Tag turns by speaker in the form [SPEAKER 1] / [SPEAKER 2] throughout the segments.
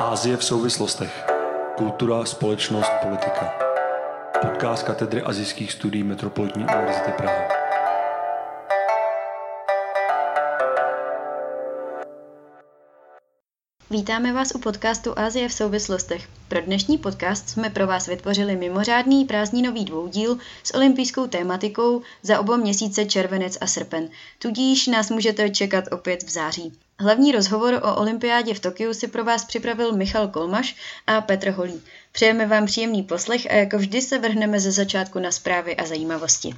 [SPEAKER 1] Asie v souvislostech. Kultura, společnost, politika. Podcast katedry asijských studií Metropolitní univerzity Praha.
[SPEAKER 2] Vítáme vás u podcastu Asie v souvislostech. Pro dnešní podcast jsme pro vás vytvořili mimořádný prázdninový dvoudíl s olympijskou tématikou za oba měsíce červenec a srpen, tudíž nás můžete čekat opět v září. Hlavní rozhovor o olympiádě v Tokiu si pro vás připravil Michal Kolmaš a Petr Holý. Přejeme vám příjemný poslech a jako vždy se vrhneme ze začátku na zprávy a zajímavosti.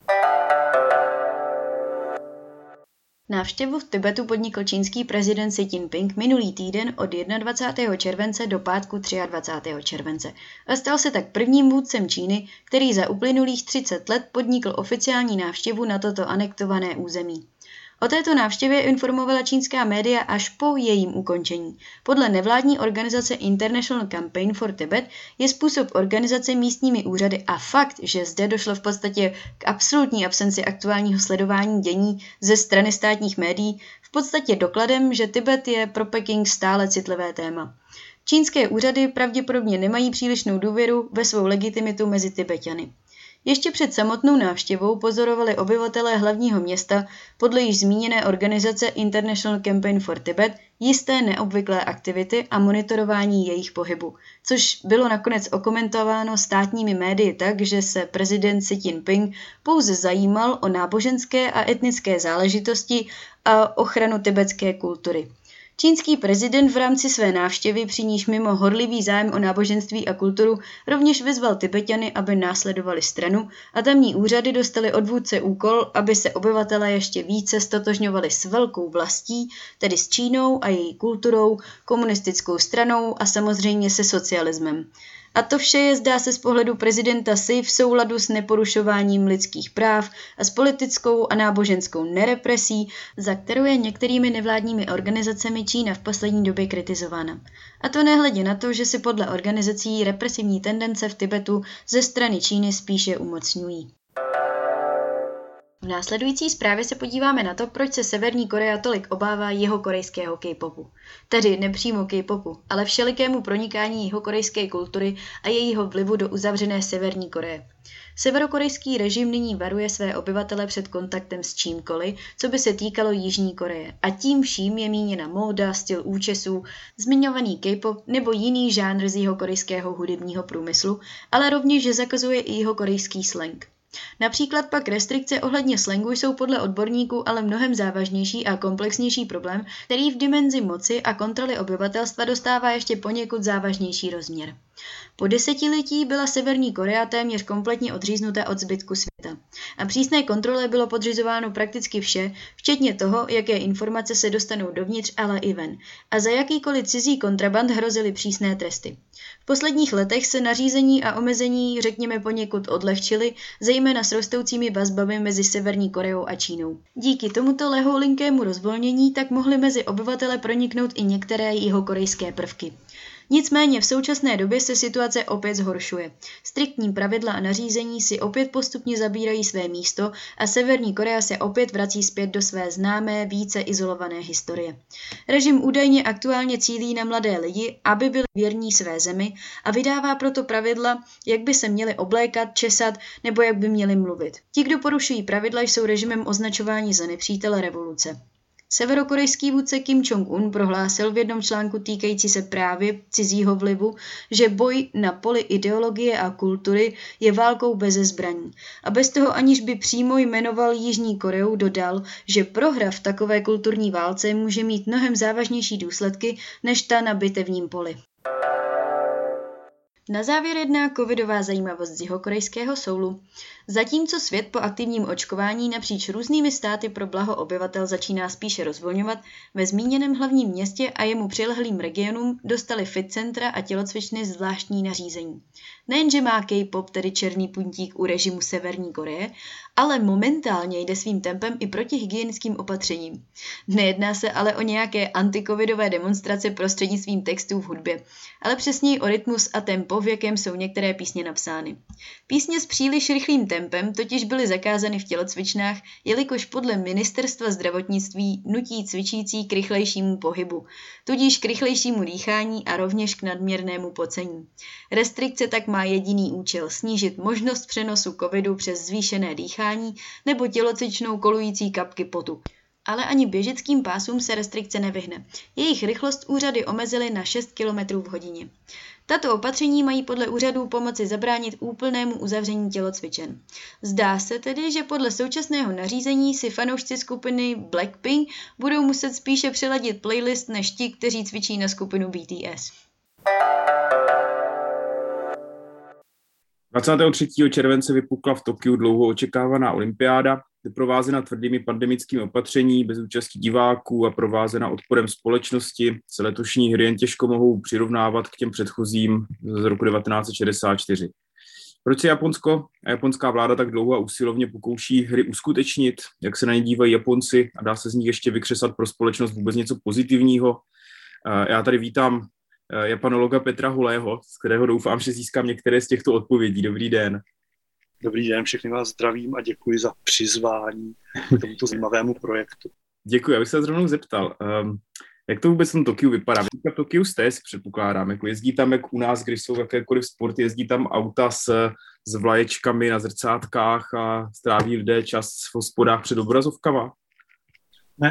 [SPEAKER 2] Návštěvu v Tibetu podnikl čínský prezident Xi Jinping minulý týden od 21. července do pátku 23. července a stal se tak prvním vůdcem Číny, který za uplynulých 30 let podnikl oficiální návštěvu na toto anektované území. O této návštěvě informovala čínská média až po jejím ukončení. Podle nevládní organizace International Campaign for Tibet je způsob organizace místními úřady a fakt, že zde došlo v podstatě k absolutní absenci aktuálního sledování dění ze strany státních médií, v podstatě dokladem, že Tibet je pro Peking stále citlivé téma. Čínské úřady pravděpodobně nemají přílišnou důvěru ve svou legitimitu mezi Tibeťany. Ještě před samotnou návštěvou pozorovali obyvatelé hlavního města podle již zmíněné organizace International Campaign for Tibet jisté neobvyklé aktivity a monitorování jejich pohybu, což bylo nakonec okomentováno státními médii tak, že se prezident Xi Jinping pouze zajímal o náboženské a etnické záležitosti a ochranu tibetské kultury. Čínský prezident v rámci své návštěvy, při níž mimo horlivý zájem o náboženství a kulturu, rovněž vyzval Tibeťany, aby následovali stranu a tamní úřady dostali od vůdce úkol, aby se obyvatelé ještě více ztotožňovali s velkou vlastí, tedy s Čínou a její kulturou, komunistickou stranou a samozřejmě se socialismem. A to vše je, zdá se z pohledu prezidenta Xi, v souladu s neporušováním lidských práv a s politickou a náboženskou nerepresí, za kterou je některými nevládními organizacemi Čína v poslední době kritizována. A to nehledě na to, že si podle organizací represivní tendence v Tibetu ze strany Číny spíše umocňují. V následující zprávě se podíváme na to, proč se Severní Korea tolik obává jihokorejského K-popu. Tedy nepřímo K-popu, ale všelikému pronikání jihokorejské kultury a jejího vlivu do uzavřené Severní Koreje. Severokorejský režim nyní varuje své obyvatele před kontaktem s čímkoliv, co by se týkalo Jižní Koreje. A tím vším je míněna móda, styl účesů, zmiňovaný K-pop nebo jiný žánr z jihokorejského hudebního průmyslu, ale rovněž, že zakazuje i jihokorejský slang. Například pak restrikce ohledně slangu jsou podle odborníků ale mnohem závažnější a komplexnější problém, který v dimenzi moci a kontroly obyvatelstva dostává ještě poněkud závažnější rozměr. Po desetiletí byla Severní Korea téměř kompletně odříznuta od zbytku světa. A přísné kontrole bylo podřizováno prakticky vše, včetně toho, jaké informace se dostanou dovnitř, ale i ven. A za jakýkoliv cizí kontraband hrozily přísné tresty. V posledních letech se nařízení a omezení, řekněme, poněkud odlehčily, zejména s rostoucími vazbami mezi Severní Koreou a Čínou. Díky tomuto lehoulinkému rozvolnění tak mohly mezi obyvatele proniknout i některé jihokorejské prvky. Nicméně v současné době se situace opět zhoršuje. Striktní pravidla a nařízení si opět postupně zabírají své místo a Severní Korea se opět vrací zpět do své známé, více izolované historie. Režim údajně aktuálně cílí na mladé lidi, aby byli věrní své zemi a vydává proto pravidla, jak by se měli oblékat, česat nebo jak by měli mluvit. Ti, kdo porušují pravidla, jsou režimem označováni za nepřítele revoluce. Severokorejský vůdce Kim Jong-un prohlásil v jednom článku týkající se právě cizího vlivu, že boj na poli ideologie a kultury je válkou beze zbraní. A bez toho, aniž by přímo jmenoval Jižní Koreu, dodal, že prohra v takové kulturní válce může mít mnohem závažnější důsledky než ta na bitevním poli. Na závěr jedna covidová zajímavost z jihokorejského Soulu. Zatímco svět po aktivním očkování napříč různými státy pro blaho obyvatel začíná spíše rozvolňovat, ve zmíněném hlavním městě a jemu přilehlým regionům dostali fit centra a tělocvičny zvláštní nařízení. Nejenže má K-pop, tedy černý puntík u režimu Severní Koreje, ale momentálně jde svým tempem i proti hygienickým opatřením. Nejedná se ale o nějaké antikovidové demonstrace prostřednictvím textů v hudbě, ale přesněji o rytmus a tempo, v jakém jsou některé písně napsány. Písně s příliš rychlým tempem totiž byly zakázány v tělocvičnách, jelikož podle Ministerstva zdravotnictví nutí cvičící k rychlejšímu pohybu, tudíž k rychlejšímu dýchání a rovněž k nadměrnému pocení. Restrikce tak má jediný účel: snížit možnost přenosu covidu přes zvýšené dýchání nebo tělocvičnou kolující kapky potu. Ale ani běžeckým pásům se restrikce nevyhne. Jejich rychlost úřady omezily na 6 km v hodině. Tato opatření mají podle úřadů pomoci zabránit úplnému uzavření tělocvičen. Zdá se tedy, že podle současného nařízení si fanoušci skupiny Blackpink budou muset spíše přiladit playlist než ti, kteří cvičí na skupinu BTS.
[SPEAKER 3] 23. července vypukla v Tokiu dlouho očekávaná olympiáda, doprovázena tvrdými pandemickými opatření, bez účasti diváků a provázena odporem společnosti, se letošní hry jen těžko mohou přirovnávat k těm předchozím z roku 1964. Proč se Japonsko a japonská vláda tak dlouho a usilovně pokouší hry uskutečnit, jak se na ně dívají Japonci a dá se z nich ještě vykřesat pro společnost vůbec něco pozitivního? Já tady vítám japanologa Petra Holého, z kterého doufám, že získám některé z těchto odpovědí. Dobrý den.
[SPEAKER 4] Dobrý den, všechny vás zdravím a děkuji za přizvání k tomuto zajímavému projektu.
[SPEAKER 3] Děkuji, já bych se rovnou zeptal, jak to vůbec v tom Tokiu vypadá? V Tokiu jste, předpokládám, jako jezdí tam, jak u nás, když jsou jakékoliv sporty, jezdí tam auta s vlaječkami na zrcátkách a stráví lidé čas v hospodách před obrazovkama?
[SPEAKER 4] Ne.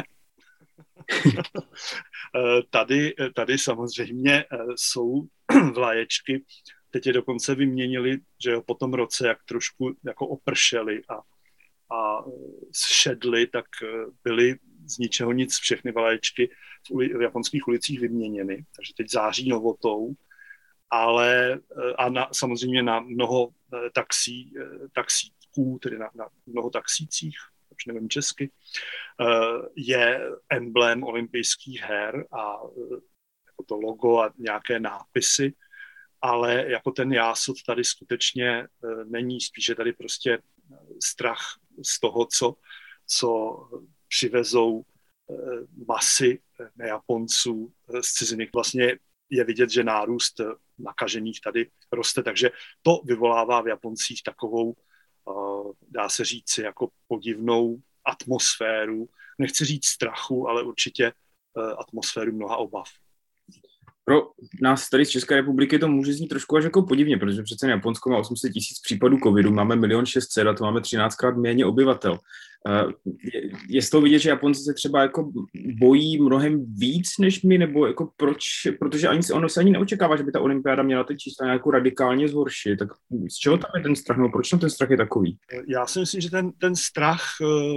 [SPEAKER 4] Tady samozřejmě jsou vlaječky. Teď je dokonce vyměnili, že jo, po tom roce, jak trošku jako opršeli a šedli, tak byly z ničeho nic všechny vlaječky v japonských ulicích vyměněny. Takže teď září novotou, ale samozřejmě na mnoho taxíků, tedy na mnoho taxících, už nevím česky, je emblém olympijských her a jako to logo a nějaké nápisy, ale jako ten jásot tady skutečně není, spíše tady prostě strach z toho, co přivezou masy nejaponců z ciziny. Vlastně je vidět, že nárůst nakažených tady roste, takže to vyvolává v Japoncích takovou, dá se říct, jako podivnou atmosféru. Nechci říct strachu, ale určitě atmosféru mnoha obav.
[SPEAKER 3] Pro nás tady z České republiky to může znít trošku až jako podivně, protože přece Japonsko má 800 000 případů covidu, máme 1 600 000 a to máme 13krát méně obyvatel. Je z toho vidět, že Japonci se třeba jako bojí mnohem víc než my, nebo jako proč? Protože ono se ani neočekává, že by ta olympiáda měla ty čísla nějak radikálně zhoršit. Tak z čeho tam je ten strach? No, proč tam ten strach je takový?
[SPEAKER 4] Já si myslím, že ten strach,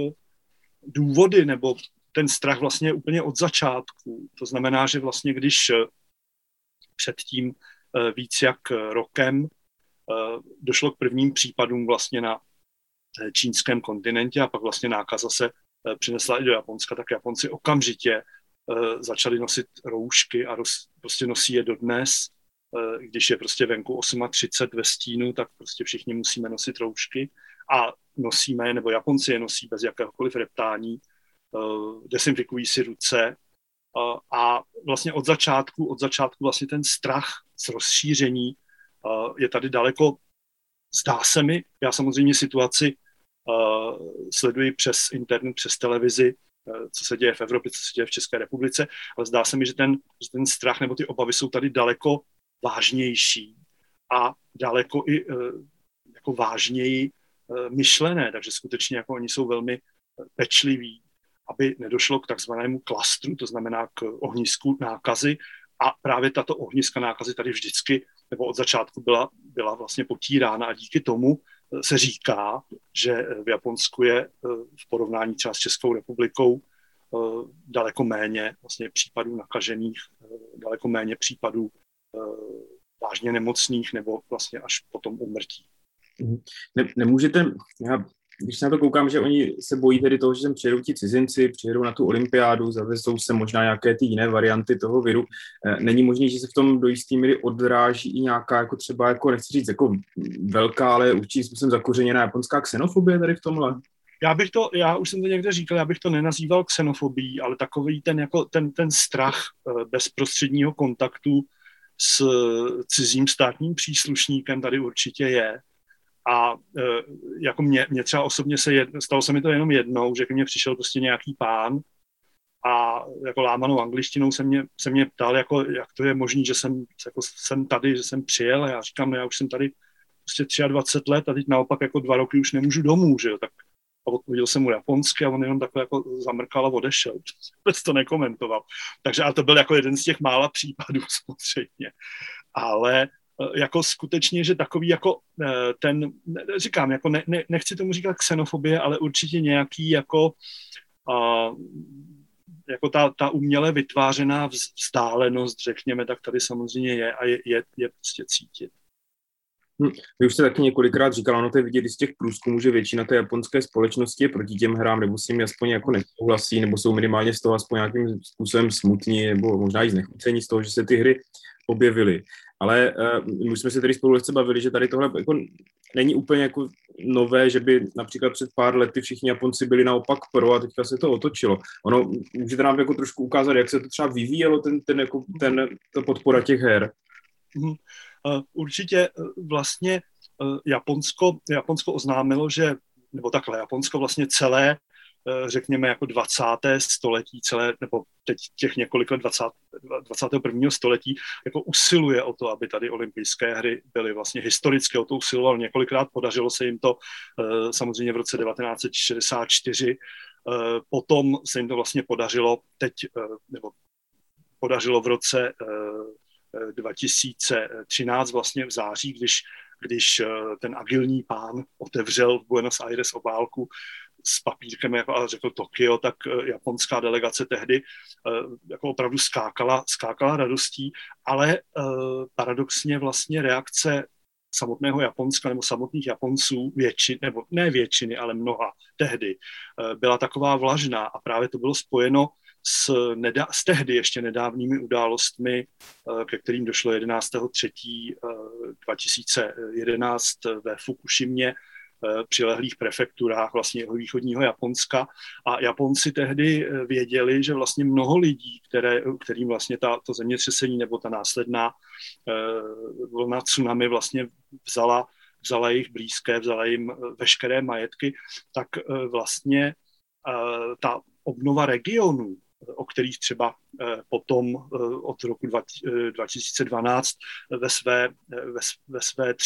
[SPEAKER 4] důvody, nebo ten strach vlastně je úplně od začátku. To znamená, že vlastně když předtím víc jak rokem došlo k prvním případům vlastně na čínském kontinentě a pak vlastně nákaza se přinesla i do Japonska, tak Japonci okamžitě začali nosit roušky a prostě nosí je dodnes. Když je prostě venku 38 ve stínu, tak prostě všichni musíme nosit roušky a nosíme je, nebo Japonci je nosí bez jakéhokoliv reptání, dezinfikují si ruce a vlastně od začátku vlastně ten strach z rozšíření je tady daleko, zdá se mi. Já samozřejmě situaci sleduji přes internet, přes televizi, co se děje v Evropě, co se děje v České republice, ale zdá se mi, že ten strach nebo ty obavy jsou tady daleko vážnější a daleko i jako vážněji myšlené, takže skutečně jako oni jsou velmi pečliví, aby nedošlo k takzvanému klastru, to znamená k ohnisku nákazy. A právě tato ohniska nákazy tady vždycky, nebo od začátku byla vlastně potírána a díky tomu se říká, že v Japonsku je v porovnání třeba s Českou republikou daleko méně vlastně případů nakažených, daleko méně případů vážně nemocných nebo vlastně až potom úmrtí.
[SPEAKER 3] Nemůžete, já když se na to koukám, že oni se bojí tedy toho, že sem přijedou ti cizinci, přijedou na tu olympiádu, zavezou se možná nějaké ty jiné varianty toho viru. Není možné, že se v tom do jistý míry odráží i nějaká, jako třeba, jako nechci říct, jako velká, ale určitým způsobem zakořeněná japonská xenofobie tady v tomhle?
[SPEAKER 4] Já už jsem to někde říkal, já bych to nenazýval xenofobií, ale takový ten strach bezprostředního kontaktu s cizím státním příslušníkem tady určitě je. A jako mě třeba osobně stalo se mi to jenom jednou, že ke mně přišel prostě nějaký pán a jako lámanou angličtinou se mě ptal, jako, jak to je možné, že jsem tady, že jsem přijel, a já říkám, no já už jsem tady prostě 23 let a teď naopak jako 2 roky už nemůžu domů, že jo, tak a odpověděl jsem mu japonsky a on jenom takhle jako zamrkal a odešel. Vůbec to nekomentoval. Takže a to byl jako jeden z těch mála případů samozřejmě. Ale jako skutečně, že takový jako říkám, jako nechci tomu říkat xenofobie, ale určitě nějaký jako ta uměle vytvářená vzdálenost, řekněme, tak tady samozřejmě je a je prostě cítit.
[SPEAKER 3] Vy už jste taky několikrát říkal, ono to je vidět z těch průzkumů, že většina té japonské společnosti je proti těm hrám, nebo s nimi aspoň jako nesouhlasí, nebo jsou minimálně z toho aspoň nějakým způsobem smutní, nebo možná i znechucení z toho, že se ty hry objevily. Ale my jsme se tady spolu lehce bavili, že tady tohle jako není úplně jako nové, že by například před pár lety všichni Japonci byli naopak pro a teďka se to otočilo. Ono, můžete nám jako trošku ukázat, jak se to třeba vyvíjelo, ta podpora těch her?
[SPEAKER 4] Určitě vlastně Japonsko oznámilo, že, nebo takhle, Japonsko vlastně celé, řekněme, jako 20. století, nebo teď těch několik let 21. století, jako usiluje o to, aby tady olympijské hry byly vlastně historicky, o to usiloval několikrát, podařilo se jim to samozřejmě v roce 1964, potom se jim to vlastně podařilo podařilo v roce 2013 vlastně v září, když ten agilní pán otevřel v Buenos Aires obálku s papírkem a řekl Tokio, tak japonská delegace tehdy jako opravdu skákala radostí, ale paradoxně vlastně reakce samotného Japonska nebo samotných Japonců, nebo ne většiny, ale mnoha tehdy, byla taková vlažná a právě to bylo spojeno s tehdy ještě nedávnými událostmi, ke kterým došlo 11.3.2011 ve Fukushimě, přilehlých prefekturách vlastně východního Japonska. A Japonci tehdy věděli, že vlastně mnoho lidí, kterým vlastně to zemětřesení nebo ta následná vlna tsunami vlastně vzala jejich blízké, vzala jim veškeré majetky, tak vlastně ta obnova regionů, o kterých třeba potom od roku 2012 ve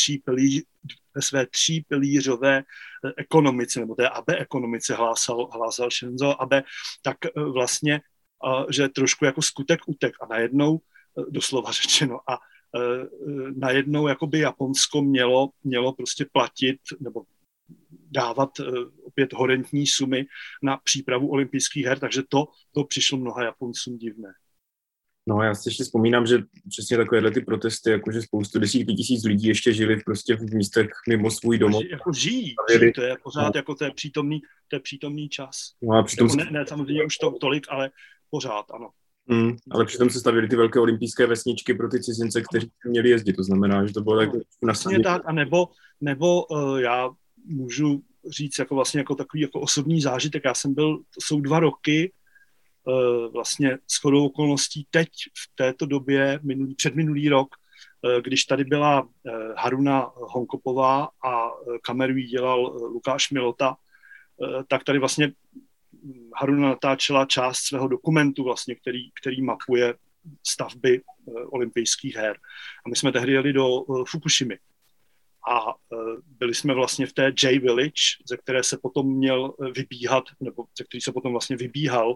[SPEAKER 4] své třípilířové ekonomice, nebo té Abe ekonomice hlásal Shinzo Abe, tak vlastně, že trošku jako skutek utek a najednou, doslova řečeno, a najednou jakoby Japonsko mělo prostě platit nebo dávat opět horentní sumy na přípravu olympijských her, takže to přišlo mnoha Japoncům divné.
[SPEAKER 3] No, já si ještě vzpomínám, že přesně takovéhle ty protesty, jakože spoustu desítky tisíc lidí ještě žili prostě v místech mimo svůj domov.
[SPEAKER 4] Jako žijí, to je pořád jako to je přítomný čas.
[SPEAKER 3] No a přitom
[SPEAKER 4] ne, samozřejmě už to tolik, ale pořád, ano.
[SPEAKER 3] Ale přitom se stavěly ty velké olympijské vesničky pro ty cizince, kteří měli jezdit, to znamená, že to bylo tak nasadit.
[SPEAKER 4] Tak, a nebo já můžu říct jako vlastně jako takový jako osobní zážitek. Já jsem byl, to jsou 2 roky, vlastně shodou okolností teď v této době, předminulý rok, když tady byla Haruna Honkopová a kameru jí dělal Lukáš Milota, tak tady vlastně Haruna natáčela část svého dokumentu, vlastně, který mapuje stavby olympijských her. A my jsme tehdy jeli do Fukushimy. A byli jsme vlastně v té J-Village, ze které se potom měl vybíhat, nebo ze který se potom vlastně vybíhal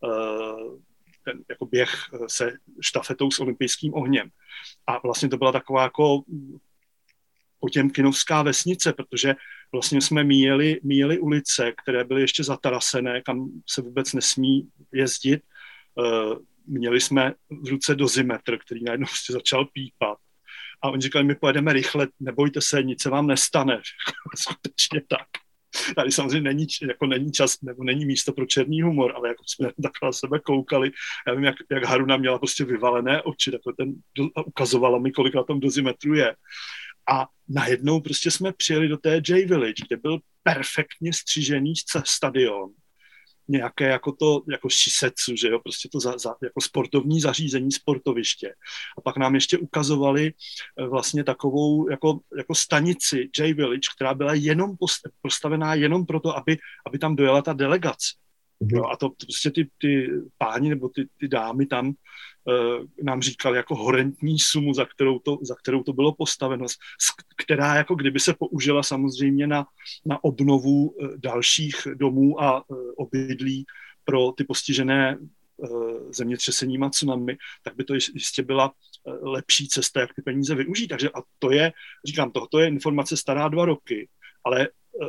[SPEAKER 4] ten jako běh se štafetou s olympijským ohněm. A vlastně to byla taková jako potěmkinovská vesnice, protože vlastně jsme míjeli ulice, které byly ještě zatarasené, kam se vůbec nesmí jezdit. Měli jsme v ruce dozimetr, který najednou prostě začal pípat. A oni říkali, my pojedeme rychle, nebojte se, nic se vám nestane. Skutečně tak. Tady samozřejmě není čas, nebo není místo pro černý humor, ale jako jsme takhle na sebe koukali, já vím, jak Haruna měla prostě vyvalené oči, takhle ukazovala mi, kolik na tom dozimetru je. A najednou prostě jsme přijeli do té J-Village, kde byl perfektně střižený stadion, nějaké jako Shisetsu, že jo, prostě to jako sportovní zařízení, sportoviště. A pak nám ještě ukazovali vlastně takovou jako stanici J-Village, která byla jenom postavená jenom proto, aby tam dojela ta delegace. No, a to prostě ty páni nebo ty dámy tam nám říkali jako horentní sumu, za kterou to bylo postaveno, která jako kdyby se použila samozřejmě na obnovu dalších domů a obydlí pro ty postižené zemětřesením a tsunami, tak by to jistě byla lepší cesta, jak ty peníze využít. Takže a to je, říkám, to je informace stará 2 roky, ale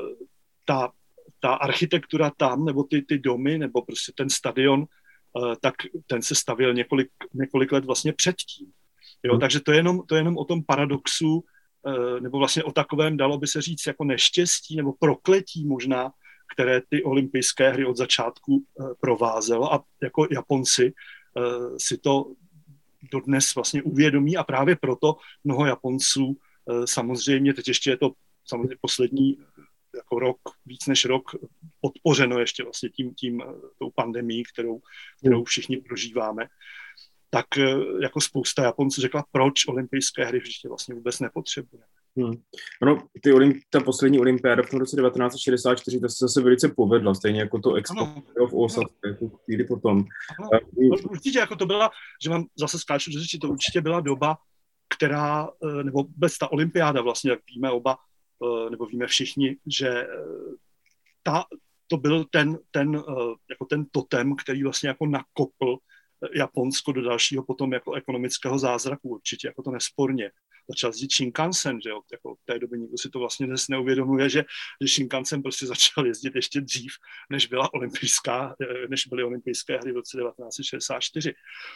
[SPEAKER 4] ta architektura tam, nebo ty domy, nebo prostě ten stadion, tak ten se stavěl několik let vlastně předtím. Jo, takže to je jenom o tom paradoxu, nebo vlastně o takovém, dalo by se říct, jako neštěstí nebo prokletí možná, které ty olympijské hry od začátku provázelo a jako Japonci si to dodnes vlastně uvědomí a právě proto mnoho Japonců samozřejmě, teď ještě je to samozřejmě poslední jako rok, víc než rok podpořeno ještě vlastně tou pandemií, kterou všichni prožíváme, tak jako spousta Japonců řekla, proč olympijské hry vždycky vlastně vůbec nepotřebuje.
[SPEAKER 3] No, ta poslední olympiáda v tom roce 1964, to se zase velice povedla, stejně jako to Expo v Osaka, jako chvíli potom.
[SPEAKER 4] Určitě jako to byla, že vám zase skáču do řeči, to určitě byla doba, která, nebo vůbec ta olympiáda vlastně, jak víme oba, nebo víme všichni, že to byl ten totem, který vlastně jako nakopl Japonsko do dalšího potom jako ekonomického zázraku, určitě, jako to nesporně. Začal jezdit Shinkansen, že jo, jako v té době nikdo si to vlastně dnes neuvědomuje, že Shinkansen prostě začal jezdit ještě dřív, než byly olympijské hry v roce 1964.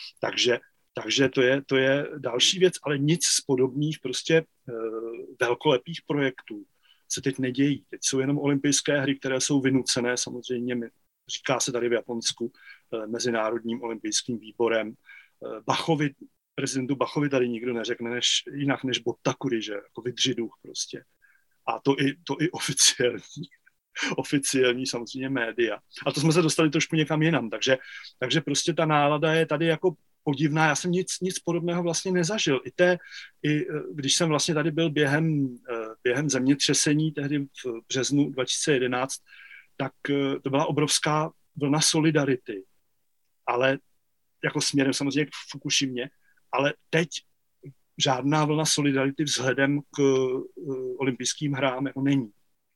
[SPEAKER 4] Takže to je další věc, ale nic z podobných prostě velkolepých projektů se teď nedějí. Teď jsou jenom olympijské hry, které jsou vynucené samozřejmě, říká se tady v Japonsku, Mezinárodním olympijským výborem. Prezidentu Bachovi tady nikdo neřekne jinak než Bottakuri, že jako vydřiduch prostě. A to i oficiální samozřejmě média. A to jsme se dostali trošku někam jinam, takže prostě ta nálada je tady jako podivná. Já jsem nic podobného vlastně nezažil. I když jsem vlastně tady byl během zemětřesení tehdy v březnu 2011, tak to byla obrovská vlna solidarity. Ale jako směrem samozřejmě k Fukushimě, ale teď žádná vlna solidarity vzhledem k olympijským hrám jako není.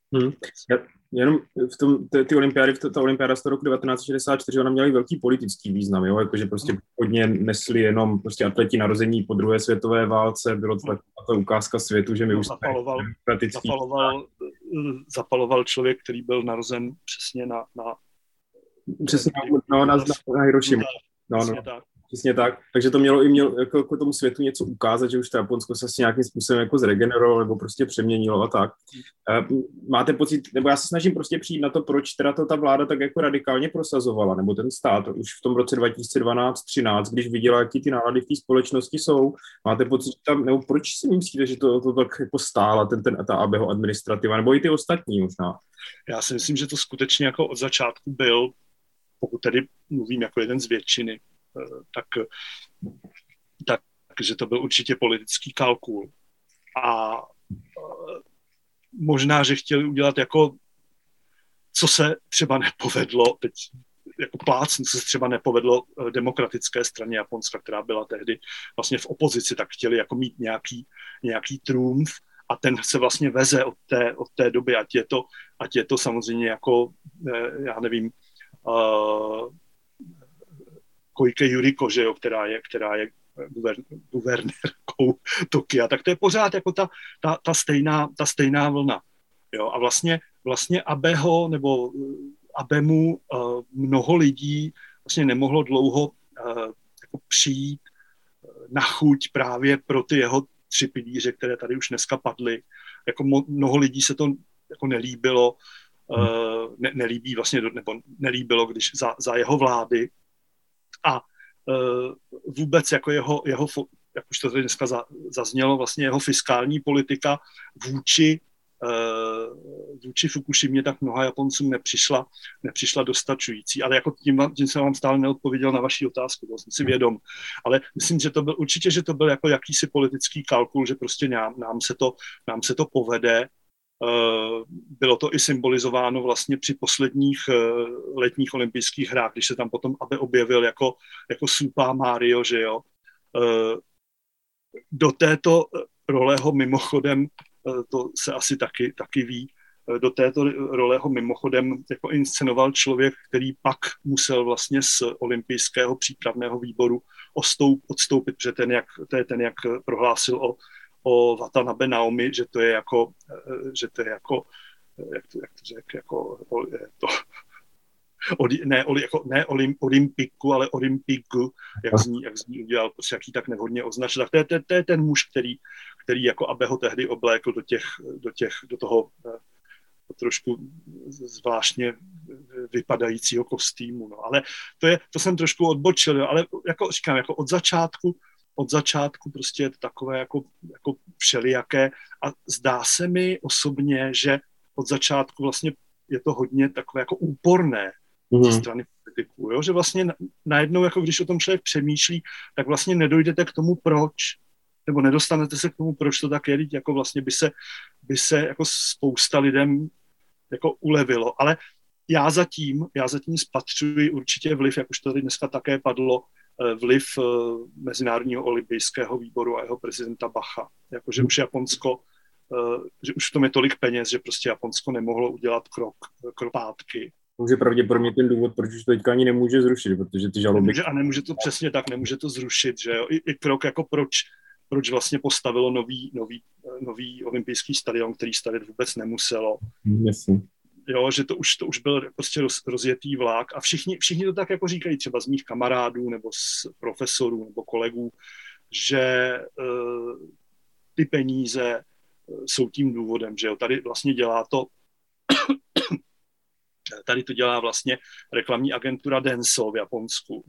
[SPEAKER 3] Jenom ty olympiády, ta olympiáda z toho roku 1964, ona měla i velký politický význam, jo? Jakože prostě hodně nesli jenom prostě atleti narození po druhé světové válce, bylo to ta ukázka světu, že my už
[SPEAKER 4] zapaloval člověk, který byl narozen přesně na
[SPEAKER 3] Hirošimu. Přesně tak. Takže to mělo jako tomu světu něco ukázat, že už to Japonsko se asi nějakým způsobem jako zregenerovalo nebo prostě přeměnilo a tak. Máte pocit, nebo já se snažím prostě přijít na to, proč teda to ta vláda tak jako radikálně prosazovala, nebo ten stát už v tom roce 2012-13, když viděla, jaký ty nálady v té společnosti jsou. Máte pocit, tam, nebo proč si myslíte, že to tak jako stála ta Abeho administrativa, nebo i ty ostatní možná?
[SPEAKER 4] Já si myslím, že to skutečně jako od začátku byl, pokud tedy mluvím jako jeden z většiny, takže to byl určitě politický kalkul. A možná, že chtěli udělat jako, co se třeba nepovedlo, teď jako plácnu, co se třeba nepovedlo demokratické straně Japonska, která byla tehdy vlastně v opozici, tak chtěli jako mít nějaký trumf a ten se vlastně veze od té doby, ať je to samozřejmě jako, já nevím, Koike Yuriko, že jo, která je guvernérkou Tokia, tak to je pořád jako ta stejná vlna. Jo? A vlastně Abeho nebo Abemu mnoho lidí vlastně nemohlo dlouho jako přijít na chuť právě pro ty jeho 3 pilíře, které tady už dneska padly. Jako mnoho lidí se to jako nelíbilo. nelíbí vlastně, nebo nelíbilo, když za jeho vlády a vůbec jako jeho jak už to tady dneska zaznělo, vlastně jeho fiskální politika vůči Fukushimě tak mnoha Japoncům nepřišla dostačující. Ale jako tím jsem vám stále neodpověděl na vaši otázku, to jsem si vědom. Ale myslím, že to byl jako jakýsi politický kalkul, že prostě nám se to povede. Bylo to i symbolizováno vlastně při posledních letních olympijských hrách, když se tam potom Abe objevil jako Super Mario, že jo. Do této role ho mimochodem, to se asi taky ví, do této role ho mimochodem jako inscenoval člověk, který pak musel vlastně z olympijského přípravného výboru odstoupit, protože ten, jak prohlásil o Watanabe Naomi, že to je jako ne olympiku, ale olympiku, jak zní udělal, prostě jaký tak nevhodně označil. Tak to je ten muž, který jako Abeho tehdy oblékl do toho trošku zvláštně vypadajícího kostýmu. No. Ale to jsem trošku odbočil, ale jako říkám, jako od začátku prostě je to takové jako všelijaké a zdá se mi osobně, že od začátku vlastně je to hodně takové jako úporné ze strany politiků, jo? Že vlastně najednou, jako když o tom člověk přemýšlí, tak vlastně nedojdete k tomu proč, nebo nedostanete se k tomu, proč to tak je, jako vlastně by se jako spousta lidem jako ulevilo, ale já zatím spatřuji určitě vliv, jak už to tady dneska také padlo, vliv Mezinárodního olympijského výboru a jeho prezidenta Bacha. Jakože už Japonsko, že už v tom je tolik peněz, že prostě Japonsko nemohlo udělat krok zpátky.
[SPEAKER 3] Může pravděpodobně ten důvod, proč už to teďka ani nemůže zrušit, protože ty žaloby...
[SPEAKER 4] Nemůže to přesně tak, nemůže to zrušit, že jo. I krok jako proč vlastně postavilo nový olympijský stadion, který stavět vůbec nemuselo.
[SPEAKER 3] Jasně.
[SPEAKER 4] Jo, že to už byl prostě rozjetý vlak a všichni to tak jako říkají, třeba z mých kamarádů nebo z profesorů nebo kolegů, že ty peníze jsou tím důvodem, že jo, tady vlastně tady to dělá vlastně reklamní agentura Denso v Japonsku,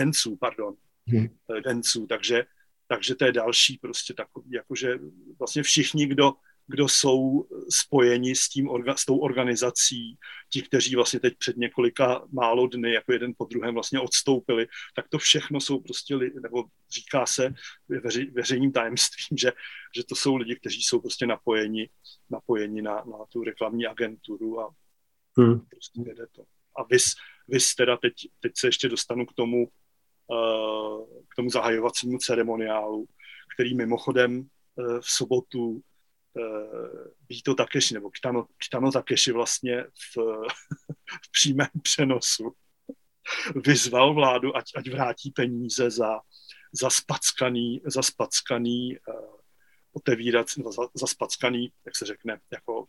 [SPEAKER 4] Dentsu, takže to je další prostě takový, jakože vlastně všichni, kdo jsou spojeni s tou organizací, ti, kteří vlastně teď před několika málo dny, jako jeden po druhém vlastně odstoupili, tak to všechno jsou prostě, nebo říká se veřejným tajemstvím, že to jsou lidi, kteří jsou prostě napojeni na tu reklamní agenturu a prostě jede to. A vys teda teď se ještě dostanu k tomu zahajovacímu ceremoniálu, který mimochodem v sobotu Bito Takeshi, nebo Kitano Takeshi vlastně v přímém přenosu vyzval vládu, ať vrátí peníze za spackaný otevírací, za spackaný, jak se řekne, jako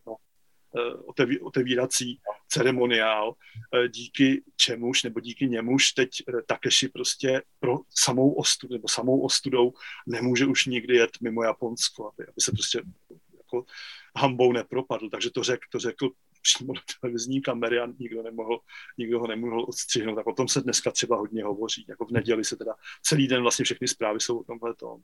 [SPEAKER 4] otevírací ceremoniál, díky němuž teď Takeshi prostě pro samou ostudou nemůže už nikdy jet mimo Japonsko, aby se prostě jako hanbou nepropadl. Takže to řekl přímo do televizní kamery a nikdo ho nemohl odstřihnout. Tak o tom se dneska třeba hodně hovoří. Jako v neděli se teda celý den vlastně všechny zprávy jsou o tomhletom.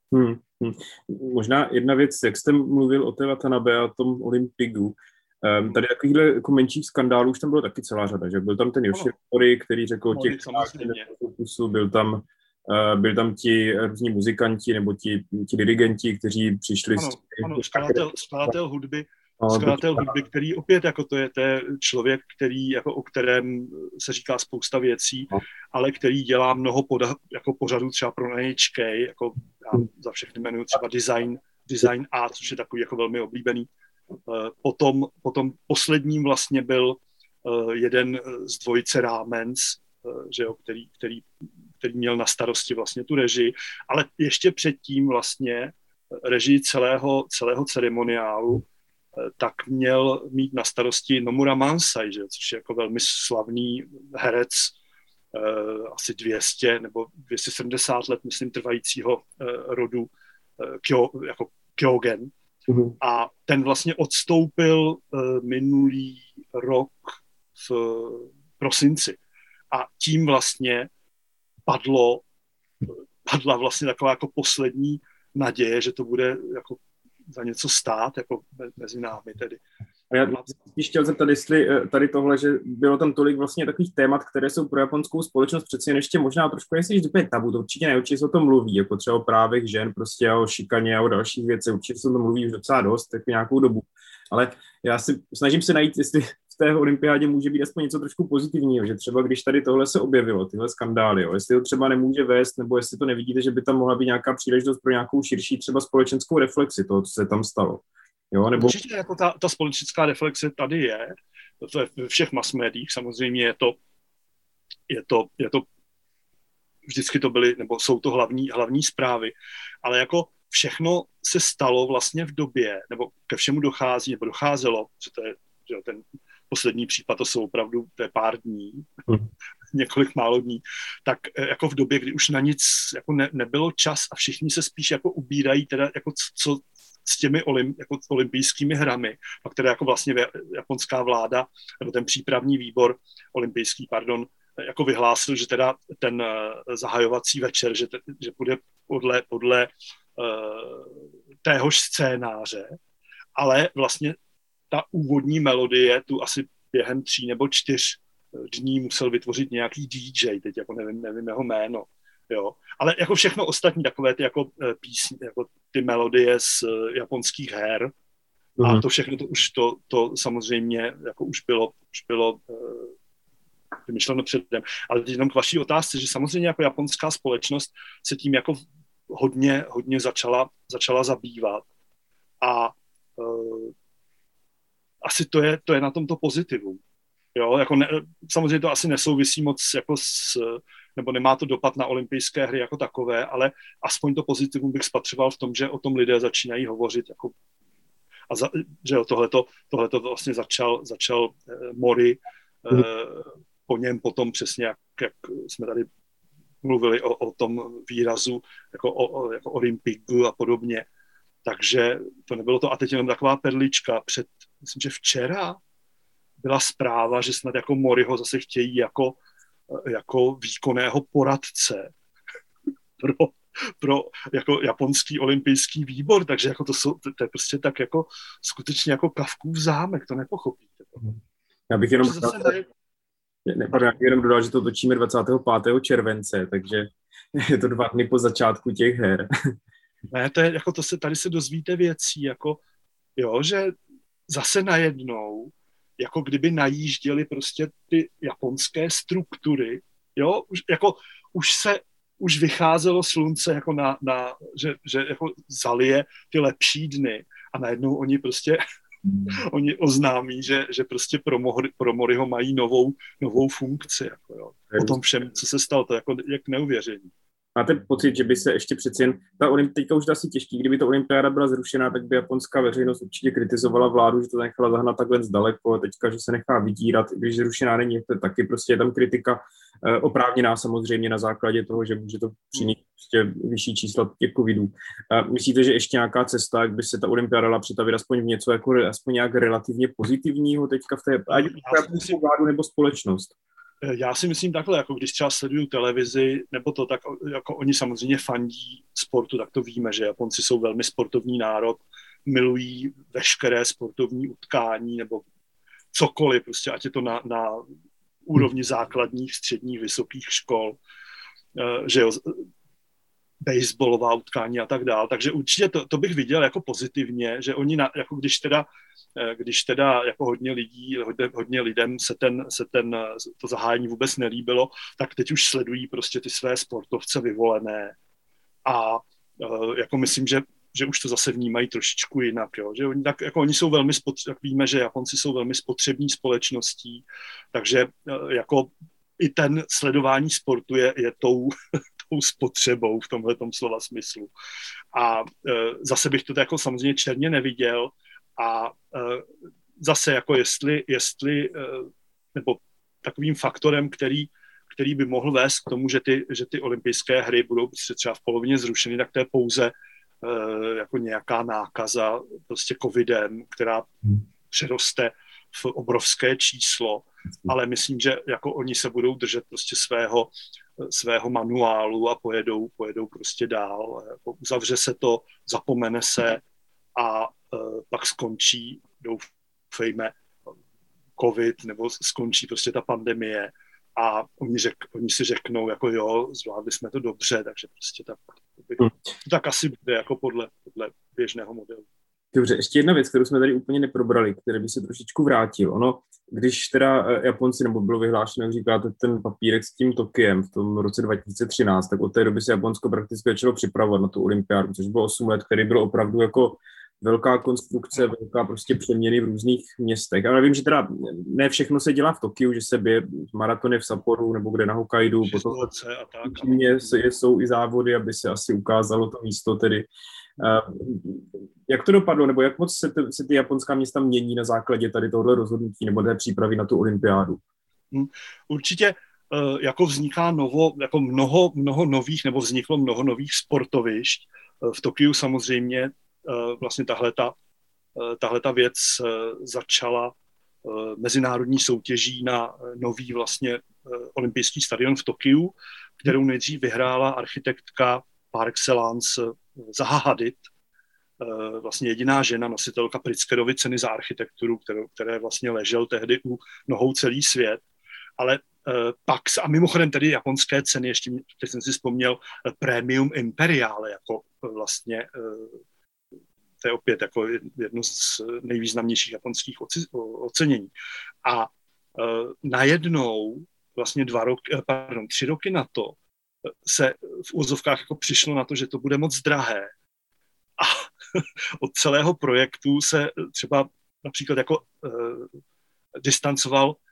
[SPEAKER 3] Možná jedna věc, jak jste mluvil o té Watanabe a tom Olympigu, tady takovýchhle jako menších skandálů už tam bylo taky celá řada, že byl tam ten Yoshimori, který řekl těch pokusů, byl tam ti různí muzikanti nebo ti dirigenti, kteří přišli
[SPEAKER 4] skladatel hudby, který opět jako to je člověk, který jako o kterém se říká spousta věcí, ale který dělá mnoho pořadů třeba pro NHK, jako já za všechny jmenuji třeba Design A, což je takový jako velmi oblíbený. Potom posledním vlastně byl jeden z dvojice Rámens, že jo, který měl na starosti vlastně tu režii, ale ještě předtím vlastně režii celého ceremoniálu tak měl mít na starosti Nomura Mansai, že, což je jako velmi slavný herec, asi 200 nebo 270 let, myslím, trvajícího rodu jako Kyogen. A ten vlastně odstoupil minulý rok v prosinci. A tím vlastně padla vlastně taková jako poslední naděje, že to bude jako za něco stát, jako mezi námi tedy.
[SPEAKER 3] A já bych chtěl zeptat, jestli tady tohle, že bylo tam tolik vlastně takových témat, které jsou pro japonskou společnost přeci jen ještě možná trošku, jestli úplně tabu, to určitě ne, určitě se o tom mluví, jako třeba o právech žen, prostě o šikaně a o dalších věcech, určitě se o tom mluví už docela dost, jako nějakou dobu. Ale já si snažím se najít, jestli v té olympiádě může být aspoň něco trošku pozitivního, že třeba když tady tohle se objevilo, tyhle skandály, jo, jestli to třeba nemůže vést, nebo jestli to nevidíte, že by tam mohla být nějaká příležitost pro nějakou širší třeba společenskou reflexi toho, co se tam stalo. Jo, nebo...
[SPEAKER 4] Určitě jako ta společenská reflexe tady je, to je ve všech mass médiích, samozřejmě je to vždycky to byly, nebo jsou to hlavní zprávy, ale jako všechno se stalo vlastně v době, nebo ke všemu dochází, nebo docházelo, že ten poslední případ, to jsou opravdu, to je pár dní, několik málo dní, tak jako v době, kdy už na nic jako nebylo čas a všichni se spíš jako ubírají, teda jako co s těmi jako olympijskými hrami, a které jako vlastně japonská vláda, nebo ten přípravní výbor olympijský, jako vyhlásil, že teda ten zahajovací večer, že bude podle téhož scénáře, ale vlastně ta úvodní melodie tu asi během 3 nebo 4 dní musel vytvořit nějaký DJ, teď jako nevím jeho jméno, jo. Ale jako všechno ostatní takové ty jako písně, jako ty melodie z japonských her a to všechno to samozřejmě jako už bylo vymyšleno předem. Ale teď jenom k vaší otázce, že samozřejmě jako japonská společnost se tím jako hodně začala zabývat a asi to je na tomto pozitivum. Jo, jako samozřejmě to asi nesouvisí moc jako nebo nemá to dopad na olympijské hry jako takové, ale aspoň to pozitivum bych spatřoval v tom, že o tom lidé začínají hovořit jako že tohleto vlastně začal Mori po něm potom přesně, jak jsme tady mluvili o tom výrazu jako Olympiku a podobně. Takže to nebylo to. A teď jenom taková perlička. Myslím, že včera byla zpráva, že snad jako Moriho zase chtějí jako výkonného poradce pro jako japonský olympijský výbor, takže jako to je prostě tak jako skutečně jako Kafkův zámek, to nepochopíte.
[SPEAKER 3] Já bych jenom dodal, že to točíme 25. července, takže je to 2 dny po začátku těch her.
[SPEAKER 4] Ne, to je jako tady se dozvíte věcí, jako jo, že zase najednou jako kdyby najížděly prostě ty japonské struktury, jo, už vycházelo slunce jako že jako zalije ty lepší dny a najednou oni prostě oni oznámí, že prostě pro Moriho mají novou funkci, jako jo. O tom všem, co se stalo, to jako jak neuvěření.
[SPEAKER 3] Máte pocit, že by se ještě přeci jen, teďka už to asi těžký, kdyby ta olympiáda byla zrušená, tak by japonská veřejnost určitě kritizovala vládu, že to nechala zahnat takhle zdaleko, teďka, že se nechá vydírat, i když zrušená není, to taky prostě je tam kritika oprávněná samozřejmě na základě toho, že může to přinést prostě vyšší čísla těch covidů. Myslíte, že ještě nějaká cesta, jak by se ta olympiáda dala přetavit aspoň v něco jako aspoň nějak relativně pozitivního teďka v té japonskou vládu nebo společnost?
[SPEAKER 4] Já si myslím takhle, jako když třeba sleduju televizi, nebo to, tak jako oni samozřejmě fandí sportu, tak to víme, že Japonci jsou velmi sportovní národ, milují veškeré sportovní utkání, nebo cokoliv, prostě, ať je to na úrovni základních, středních, vysokých škol, že jo, baseballová utkání a tak dál. Takže určitě to bych viděl jako pozitivně, že oni, jako když teda jako hodně lidem se to zahájení vůbec nelíbilo, tak teď už sledují prostě ty své sportovce vyvolené a jako myslím, že už to zase vnímají trošičku jinak, jo? Že oni jsou velmi jak víme, že Japonci jsou velmi spotřební společností, takže jako i ten sledování sportu je tou spotřebou v tomhletom slova smyslu. A zase bych to jako samozřejmě černě neviděl a zase jako jestli nebo takovým faktorem, který by mohl vést k tomu, že ty olympijské hry budou třeba v polovině zrušeny, tak to je pouze jako nějaká nákaza prostě covidem, která přeroste v obrovské číslo, ale myslím, že jako oni se budou držet prostě svého manuálu a pojedou prostě dál. Jako uzavře se to, zapomene se a pak skončí, doufejme, covid, nebo skončí prostě ta pandemie a oni si řeknou, jako jo, zvládli jsme to dobře, takže prostě tak asi bude jako podle běžného modelu.
[SPEAKER 3] Dobře, ještě jedna věc, kterou jsme tady úplně neprobrali, které by se trošičku vrátil. Ono, když teda Japonci, nebo bylo vyhlášeno, jak říkáte, ten papírek s tím Tokiem v tom roce 2013, tak od té doby se Japonsko prakticky začalo připravovat na tu olympiádu, což bylo 8 let, který bylo opravdu jako velká konstrukce, velká prostě přeměny v různých městech. Ale vím, že teda ne všechno se dělá v Tokiu, že se běje maratony v Sapporu nebo kde na Hokkaidu, potom jsou i závody, aby se asi ukázalo to místo tedy. Jak to dopadlo, nebo jak moc se ty japonská města mění na základě tady tohohle rozhodnutí nebo té přípravy na tu olympiádu?
[SPEAKER 4] Určitě jako vzniká mnoho nových, nebo vzniklo mnoho nových sportovišť. V Tokiu samozřejmě vlastně tahleta věc začala mezinárodní soutěží na nový vlastně olympijský stadion v Tokiu, kterou nejdřív vyhrála architektka par excellence Zaha Hadid, vlastně jediná žena, nositelka Pritzkerovy ceny za architekturu, které vlastně ležel tehdy u nohou celý svět. Ale pak, a mimochodem tedy japonské ceny, ještě teď jsem si vzpomněl, Premium Imperiale, jako vlastně, to je opět jako jedno z nejvýznamnějších japonských ocenění. A najednou vlastně 3 roky na to se v úvozovkách jako přišlo na to, že to bude moc drahé. A od celého projektu se třeba například jako distancoval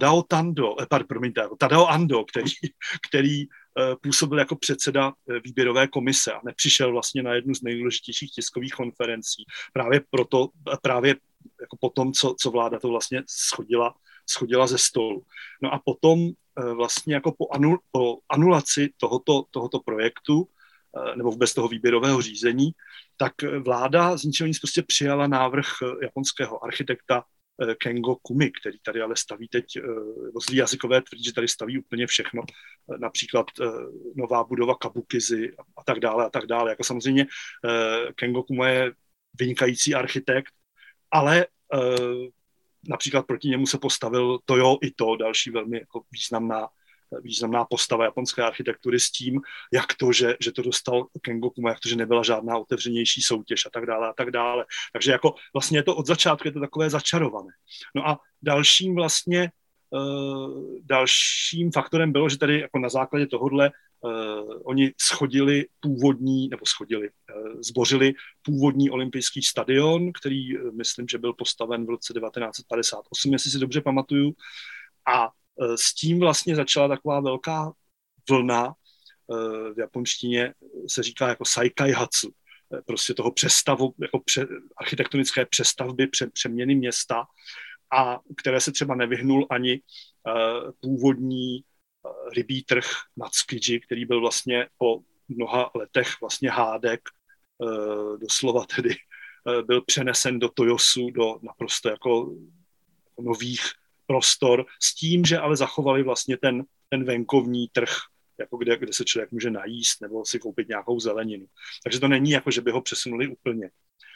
[SPEAKER 4] Tadao Ando, který působil jako předseda výběrové komise a nepřišel vlastně na jednu z nejdůležitějších tiskových konferencí. Právě jako po tom, co vláda to vlastně schodila ze stolu. No a potom vlastně jako po anulaci tohoto projektu nebo vůbec toho výběrového řízení, tak vláda z ničeho nic prostě přijala návrh japonského architekta Kengo Kumi, který tady ale staví teď, zlí jazykové tvrdí, že tady staví úplně všechno, například nová budova Kabukizy a tak dále a tak dále. Jako samozřejmě Kengo Kuma je vynikající architekt, ale například proti němu se postavil Toyo Ito, další velmi jako významná postava japonské architektury s tím, jak to, že to dostal Kengo Kuma, jak to, že nebyla žádná otevřenější soutěž a tak dále a tak dále. Takže jako vlastně je to od začátku je to takové začarované. No a dalším faktorem bylo, že tady jako na základě tohodle oni zbořili původní olympijský stadion, který myslím, že byl postaven v roce 1958, jestli si dobře pamatuju. A s tím vlastně začala taková velká vlna, v japonštině se říká jako saikaihatsu, prostě toho architektonické přestavby, přeměny města, a které se třeba nevyhnul ani původní rybí trh na Tsukiji, který byl vlastně po mnoha letech vlastně hádek, doslova tedy byl přenesen do Toyosu, do naprosto jako nových prostor, s tím, že ale zachovali vlastně ten venkovní trh, jako kde se člověk může najíst nebo si koupit nějakou zeleninu. Takže to není jako, že by ho přesunuli úplně.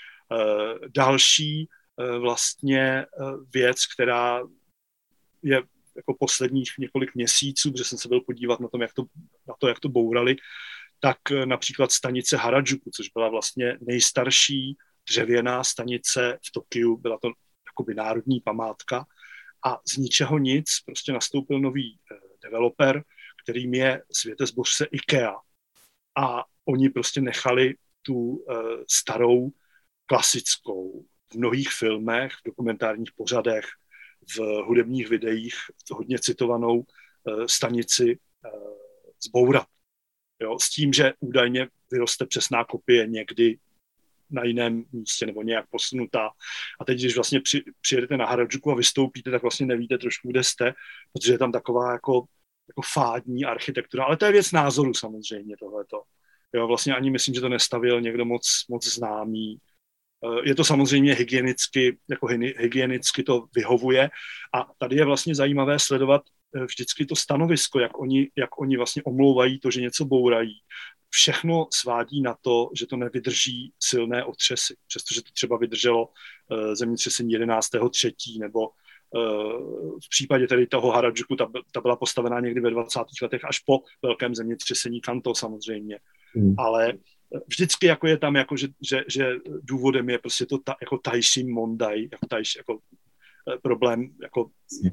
[SPEAKER 4] Další vlastně věc, která je jako posledních několik měsíců, protože jsem se byl podívat na to, jak to bourali, tak například stanice Harajuku, což byla vlastně nejstarší dřevěná stanice v Tokiu, byla to jakoby národní památka, a z ničeho nic prostě nastoupil nový developer, kterým je světezbořce IKEA. A oni prostě nechali tu starou, klasickou, v mnohých filmech, v dokumentárních pořadech, v hudebních videích hodně citovanou stanici zbourat. Jo? S tím, že údajně vyroste přesná kopie někdy na jiném místě nebo nějak posunutá. A teď, když vlastně přijedete na Harajuku a vystoupíte, tak vlastně nevíte trošku, kde jste, protože je tam taková jako fádní architektura. Ale to je věc názoru samozřejmě tohleto. Jo, vlastně ani myslím, že to nestavil někdo moc známý. Je to samozřejmě hygienicky to vyhovuje a tady je vlastně zajímavé sledovat vždycky to stanovisko, jak oni vlastně omlouvají to, že něco bourají. Všechno svádí na to, že to nevydrží silné otřesy, přestože to třeba vydrželo zemětřesení 11.3. nebo v případě tedy toho Harajuku ta byla postavená někdy ve 20. letech až po velkém zemětřesení Kanto samozřejmě. Ale vždycky jako je tam, jako, že důvodem je prostě to jako Taishin Mondai, jako problém jako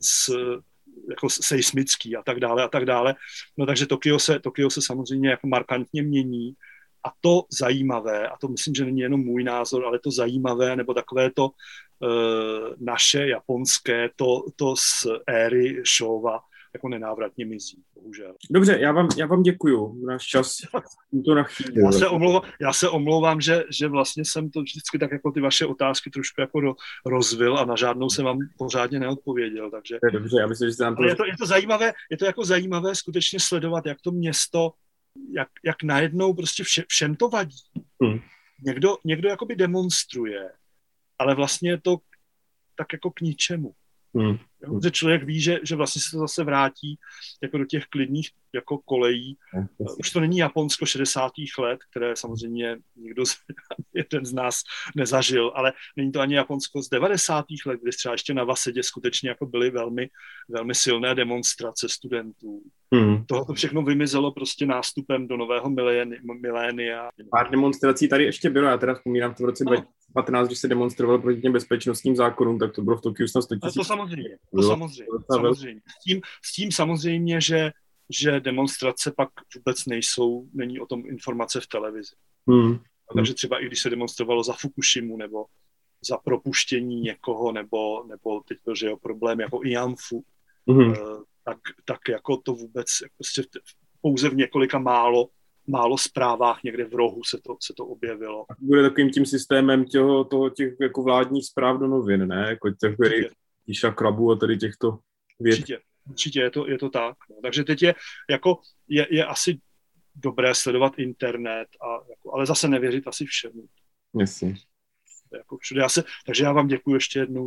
[SPEAKER 4] seismický a tak dále. No takže Tokio se samozřejmě jako markantně mění a to zajímavé, a to myslím, že není jenom můj názor, ale to zajímavé, nebo takové to naše japonské, to z éry Showa jako nenávratně mizí, bohužel.
[SPEAKER 3] Dobře, já vám děkuju. Náš čas to nachýlil.
[SPEAKER 4] Já se omlouvám, že vlastně jsem to vždycky tak jako ty vaše otázky trošku jako rozvil a na žádnou jsem vám pořádně neodpověděl. Takže...
[SPEAKER 3] To je dobře, já myslím, že se nám to...
[SPEAKER 4] Je to jako zajímavé skutečně sledovat, jak to město, jak najednou prostě všem to vadí. Někdo jakoby demonstruje, ale vlastně je to tak jako k ničemu. Že člověk ví, že vlastně se to zase vrátí jako do těch klidných jako kolejí. Už to není Japonsko 60. let, které samozřejmě jeden z nás nezažil, ale není to ani Japonsko z 90. let, kdy třeba ještě na Wasedě skutečně jako byly velmi, velmi silné demonstrace studentů. Tohle všechno vymizelo prostě nástupem do nového milénia.
[SPEAKER 3] Pár demonstrací tady ještě bylo, já teda vzpomínám v roce 2015, když se demonstrovalo proti těm bezpečnostním zákonům, tak to bylo v Tokiu snad 100 000.
[SPEAKER 4] To samozřejmě. S tím samozřejmě, že demonstrace pak vůbec není o tom informace v televizi. Takže třeba i když se demonstrovalo za Fukushimu nebo za propuštění někoho, nebo teď byl, že jo, problém jako Ianfu, tak jako to vůbec prostě pouze v několika málo zprávách někde v rohu se to objevilo.
[SPEAKER 3] A bude takovým tím systémem těch jako vládních zpráv do novin, ne? Jako těch Krabu a tady těchto věcí.
[SPEAKER 4] Určitě je to tak. No. Takže teď je asi dobré sledovat internet, ale zase nevěřit asi všemu.
[SPEAKER 3] Jasně.
[SPEAKER 4] Jako všude. Takže já vám děkuji ještě jednou.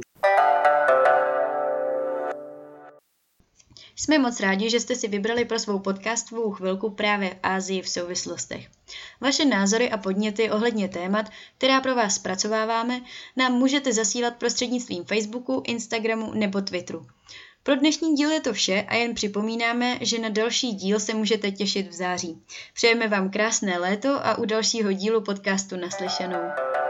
[SPEAKER 2] Jsme moc rádi, že jste si vybrali pro svou podcastovou chvilku právě v Asii v souvislostech. Vaše názory a podněty ohledně témat, která pro vás zpracováváme, nám můžete zasílat prostřednictvím Facebooku, Instagramu nebo Twitteru. Pro dnešní díl je to vše a jen připomínáme, že na další díl se můžete těšit v září. Přejeme vám krásné léto a u dalšího dílu podcastu naslyšenou.